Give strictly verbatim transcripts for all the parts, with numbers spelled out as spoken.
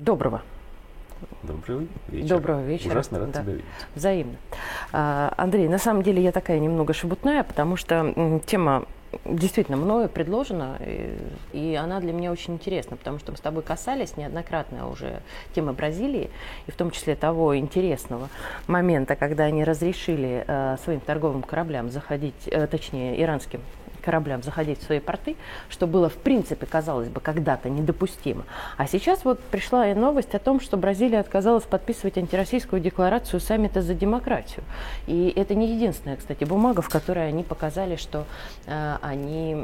Доброго. Добрый вечер. Доброго вечера. Ужасно рад да. тебя видеть. Взаимно. А, Андрей, на самом деле я такая немного шебутная, потому что м, тема действительно мною предложена, и, и она для меня очень интересна, потому что мы с тобой касались неоднократно уже темы Бразилии, и в том числе того интересного момента, когда они разрешили э, своим торговым кораблям заходить, э, точнее, иранским кораблям заходить в свои порты, что было, в принципе, казалось бы, когда-то недопустимо. А сейчас вот пришла и новость о том, что Бразилия отказалась подписывать антироссийскую декларацию саммита за демократию. И это не единственная, кстати, бумага, в которой они показали, что э, они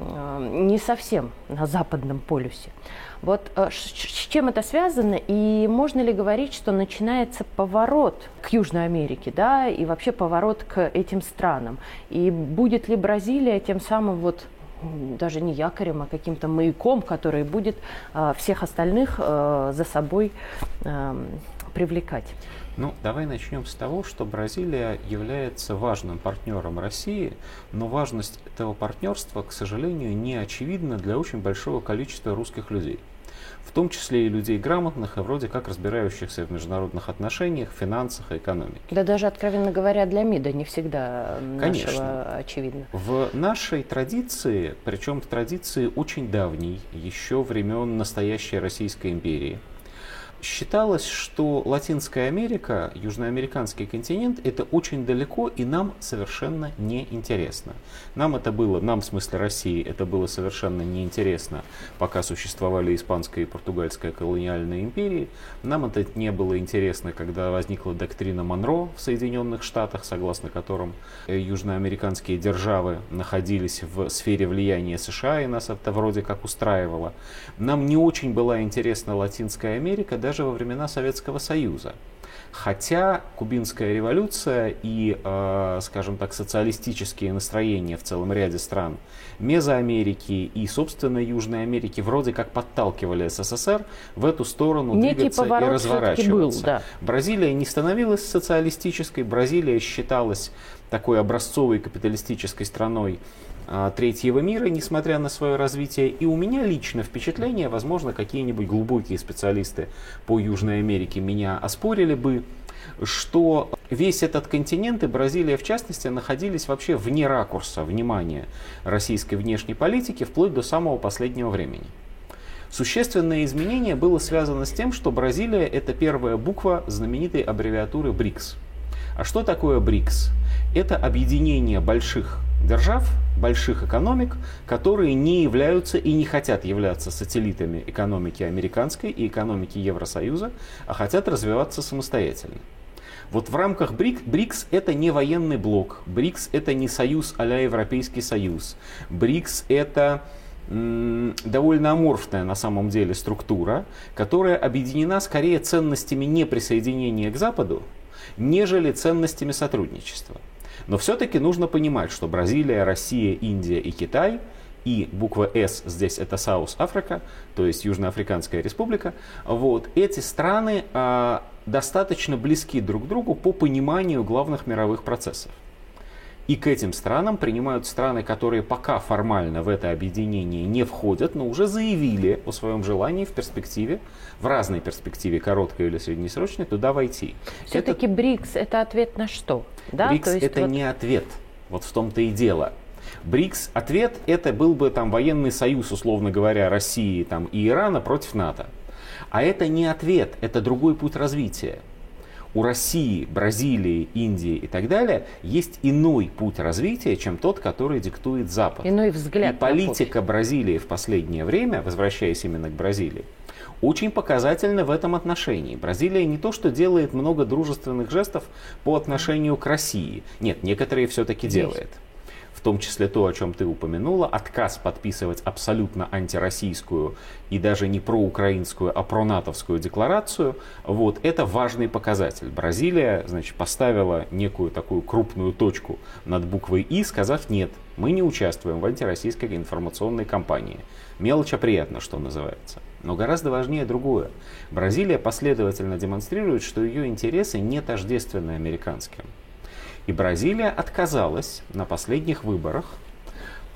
э, не совсем на западном полюсе. Вот э, с чем это связано, и можно ли говорить, что начинается поворот к Южной Америке, да, и вообще поворот к этим странам? И будет ли Бразилия тем самым вот даже не якорем, а каким-то маяком, который будет э, всех остальных э, за собой э, привлекать? Ну, давай начнем с того, что Бразилия является важным партнером России, но важность этого партнерства, к сожалению, не очевидна для очень большого количества русских людей. В том числе и людей грамотных и вроде как разбирающихся в международных отношениях, финансах и экономике. Да даже, откровенно говоря, для МИДа не всегда Конечно. нашего очевидно. В нашей традиции, причем в традиции очень давней, еще времен настоящей Российской империи, считалось, что Латинская Америка, южноамериканский континент, это очень далеко и нам совершенно не интересно. Нам это было, нам в смысле России, это было совершенно неинтересно, пока существовали Испанская и Португальская колониальные империи. Нам это не было интересно, когда возникла доктрина Монро в Соединенных Штатах, согласно которым южноамериканские державы находились в сфере влияния США, и нас это вроде как устраивало. Нам не очень была интересна Латинская Америка, даже во времена Советского Союза. Хотя Кубинская революция и, э, скажем так, социалистические настроения в целом ряде стран Мезоамерики и, собственно, Южной Америки вроде как подталкивали СССР в эту сторону некий двигаться и разворачиваться. Был, да. Бразилия не становилась социалистической, Бразилия считалась такой образцовой капиталистической страной третьего мира, несмотря на свое развитие. И у меня лично впечатление, возможно, какие-нибудь глубокие специалисты по Южной Америке меня оспорили бы, что весь этот континент и Бразилия в частности находились вообще вне ракурса внимания российской внешней политики вплоть до самого последнего времени. Существенное изменение было связано с тем, что Бразилия — это первая буква знаменитой аббревиатуры БРИКС. А что такое БРИКС? Это объединение больших держав, больших экономик, которые не являются и не хотят являться сателлитами экономики американской и экономики Евросоюза, а хотят развиваться самостоятельно. Вот в рамках БРИКС это не военный блок, БРИКС это не союз а-ля Европейский Союз, БРИКС это м, довольно аморфная на самом деле структура, которая объединена скорее ценностями неприсоединения к Западу, нежели ценностями сотрудничества. Но все-таки нужно понимать, что Бразилия, Россия, Индия и Китай, и буква «С» здесь это Саус-Африка, то есть Южноафриканская республика, вот, эти страны а, достаточно близки друг к другу по пониманию главных мировых процессов. И к этим странам принимают страны, которые пока формально в это объединение не входят, но уже заявили о своем желании в перспективе, в разной перспективе, короткой или среднесрочной, туда войти. Все-таки это... БРИКС это ответ на что? Да? БРИКС То есть это вот... не ответ, вот в том-то и дело. БРИКС ответ это был бы там военный союз, условно говоря, России там, и Ирана против НАТО. А это не ответ, это другой путь развития. У России, Бразилии, Индии и так далее есть иной путь развития, чем тот, который диктует Запад. Иной взгляд. И политика Бразилии в последнее время, возвращаясь именно к Бразилии, очень показательна в этом отношении. Бразилия не то, что делает много дружественных жестов по отношению к России. Нет, некоторые все-таки делает. В том числе то, о чем ты упомянула, отказ подписывать абсолютно антироссийскую и даже не проукраинскую, а пронатовскую декларацию, вот, это важный показатель. Бразилия, значит, поставила некую такую крупную точку над буквой «И», сказав «нет, мы не участвуем в антироссийской информационной кампании». Мелочь, а приятно, что называется. Но гораздо важнее другое. Бразилия последовательно демонстрирует, что ее интересы не тождественны американским. И Бразилия отказалась на последних выборах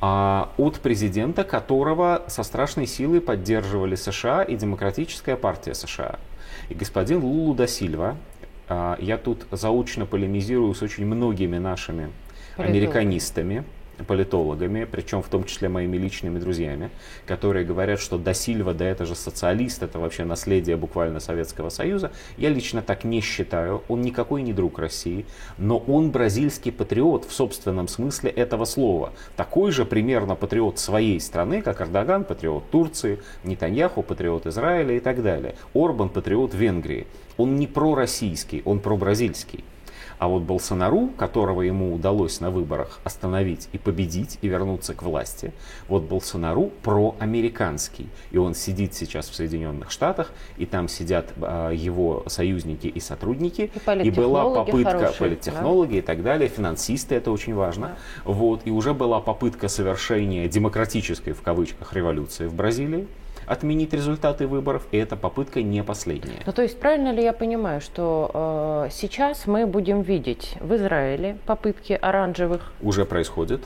а, от президента, которого со страшной силой поддерживали США и Демократическая партия США. И господин Лулу да Сильва, а, я тут заочно полемизирую с очень многими нашими американистами, политологами, причем в том числе моими личными друзьями, которые говорят, что да Сильва, да это же социалист, это вообще наследие буквально Советского Союза. Я лично так не считаю, он никакой не друг России, но он бразильский патриот в собственном смысле этого слова. Такой же примерно патриот своей страны, как Эрдоган, патриот Турции, Нетаньяху, патриот Израиля и так далее. Орбан, патриот Венгрии. Он не пророссийский, он пробразильский. А вот Болсонару, которого ему удалось на выборах остановить и победить, и вернуться к власти, вот Болсонару проамериканский. И он сидит сейчас в Соединенных Штатах, и там сидят а, его союзники и сотрудники. И, и была попытка, хорошие, политтехнологи да? и так далее, финансисты, это очень важно. Да. Вот, и уже была попытка совершения демократической, в кавычках, революции в Бразилии. Отменить результаты выборов, и эта попытка не последняя. Ну, то есть правильно ли я понимаю, что э, сейчас мы будем видеть в Израиле попытки оранжевых? Уже происходит.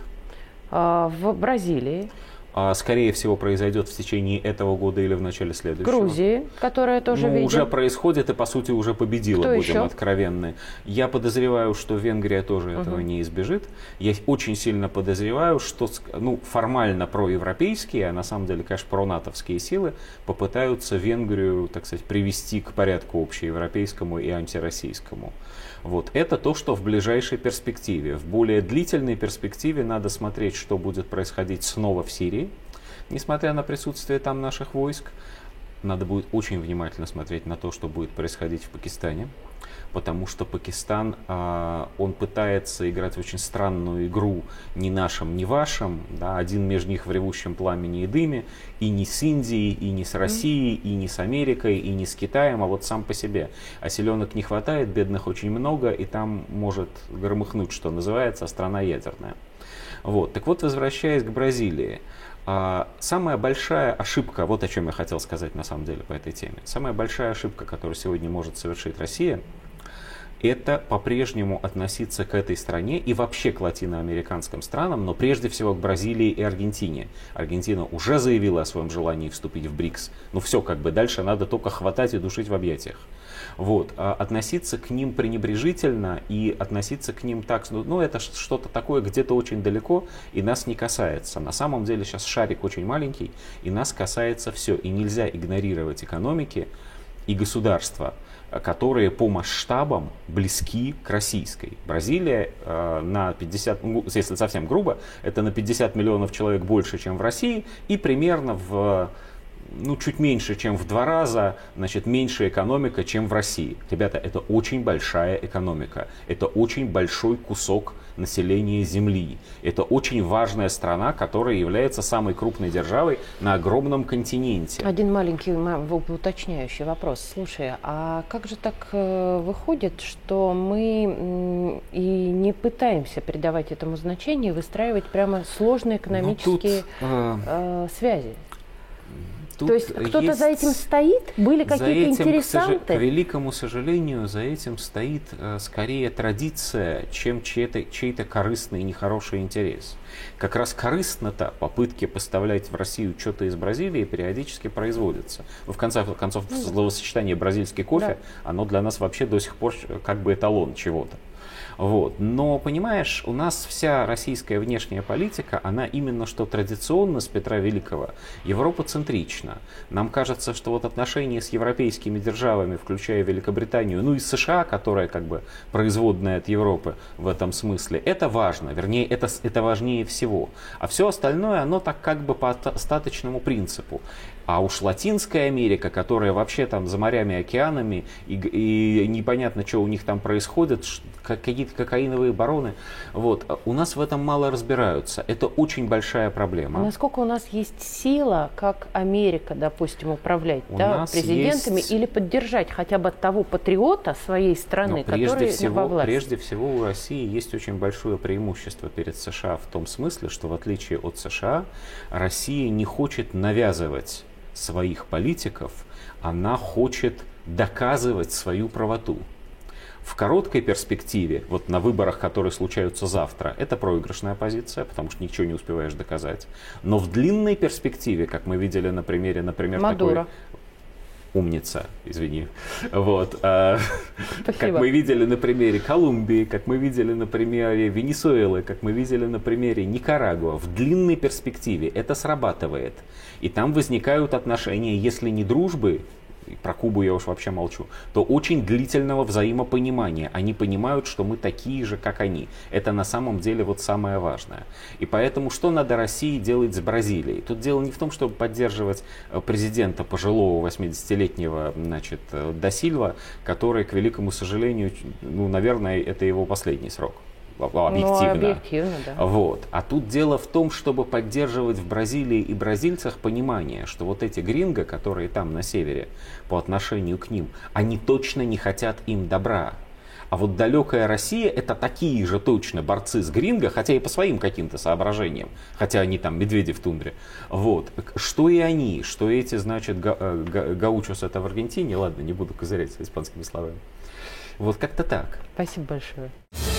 Э, в Бразилии? Скорее всего, произойдет в течение этого года или в начале следующего. Грузии, которая тоже ну, видим. уже происходит и, по сути, уже победила, Кто будем еще? откровенны. Я подозреваю, что Венгрия тоже этого угу. не избежит. Я очень сильно подозреваю, что ну, формально проевропейские, а на самом деле, конечно, пронатовские силы попытаются Венгрию, так сказать, привести к порядку общеевропейскому и антироссийскому. Вот. Это то, что в ближайшей перспективе. В более длительной перспективе надо смотреть, что будет происходить снова в Сирии. Несмотря на присутствие там наших войск, надо будет очень внимательно смотреть на то, что будет происходить в Пакистане. Потому что Пакистан, э, он пытается играть в очень странную игру ни нашим, ни вашим. Да, один между них в ревущем пламени и дыме. И не с Индией, и не с Россией, и не с Америкой, и не с Китаем, а вот сам по себе. А селенок не хватает, бедных очень много, и там может громыхнуть, что называется, а страна ядерная. Вот. Так вот, возвращаясь к Бразилии. А самая большая ошибка, вот о чем я хотел сказать на самом деле по этой теме. Самая большая ошибка, которую сегодня может совершить Россия, это по-прежнему относиться к этой стране и вообще к латиноамериканским странам, но прежде всего к Бразилии и Аргентине. Аргентина уже заявила о своем желании вступить в БРИКС. Ну все, как бы дальше надо только хватать и душить в объятиях. Вот. А относиться к ним пренебрежительно и относиться к ним так, ну это что-то такое где-то очень далеко и нас не касается. На самом деле сейчас шарик очень маленький и нас касается все. И нельзя игнорировать экономики и государства, которые по масштабам близки к российской. Бразилия э, на пятьдесят, ну, если совсем грубо, это на пятьдесят миллионов человек больше, чем в России, и примерно в ну, чуть меньше, чем в два раза, значит, меньше экономика, чем в России. Ребята, это очень большая экономика. Это очень большой кусок населения Земли. Это очень важная страна, которая является самой крупной державой на огромном континенте. Один маленький уточняющий вопрос. Слушай, а как же так э, выходит, что мы э, и не пытаемся придавать этому значение, выстраивать прямо сложные экономические тут, э... Э, связи? Тут То есть кто-то есть... за этим стоит? Были какие-то интересанты? К, сож... к великому сожалению, за этим стоит э, скорее традиция, чем чей-то, чей-то корыстный и нехороший интерес. Как раз корыстно-то попытки поставлять в Россию что-то из Бразилии периодически производятся. Ну, в конце концов, mm. словосочетание «бразильский кофе», да. оно для нас вообще до сих пор как бы эталон чего-то. Вот. Но, понимаешь, у нас вся российская внешняя политика, она именно что традиционно с Петра Великого европоцентрична. Нам кажется, что вот отношения с европейскими державами, включая Великобританию, ну и США, которая как бы производная от Европы в этом смысле, это важно, вернее, это, это важнее всего. А все остальное, оно так как бы по остаточному принципу. А уж Латинская Америка, которая вообще там за морями, океанами, и, и непонятно, что у них там происходит, какие-то кокаиновые бароны, вот, у нас в этом мало разбираются. Это очень большая проблема. А насколько у нас есть сила, как Америка, допустим, управлять да, президентами есть... или поддержать хотя бы того патриота своей страны, который всего, во власти? Прежде всего у России есть очень большое преимущество перед США в том смысле, что в отличие от США, Россия не хочет навязывать своих политиков, она хочет доказывать свою правоту. В короткой перспективе, вот на выборах, которые случаются завтра, это проигрышная позиция, потому что ничего не успеваешь доказать. Но в длинной перспективе, как мы видели на примере, например, Мадуро. такой... Умница, извини. Вот. А, как мы видели на примере Колумбии, как мы видели на примере Венесуэлы, как мы видели на примере Никарагуа, в длинной перспективе это срабатывает. И там возникают отношения, если не дружбы, про Кубу я уж вообще молчу, то очень длительного взаимопонимания. Они понимают, что мы такие же, как они. Это на самом деле вот самое важное. И поэтому что надо России делать с Бразилией? Тут дело не в том, чтобы поддерживать президента пожилого восьмидесятилетнего, значит, да Сильва, который, к великому сожалению, ну, наверное, это его последний срок. Объективно. Ну, объективно, да. Вот. А тут дело в том, чтобы поддерживать в Бразилии и бразильцах понимание, что вот эти гринго, которые там на севере, по отношению к ним, они точно не хотят им добра. А вот далекая Россия — это такие же точно борцы с гринго, хотя и по своим каким-то соображениям, хотя они там медведи в тундре. Вот. Что и они, что эти, значит, га- га- гаучос это в Аргентине, ладно, не буду козырять испанскими словами. Вот как-то так. Спасибо большое.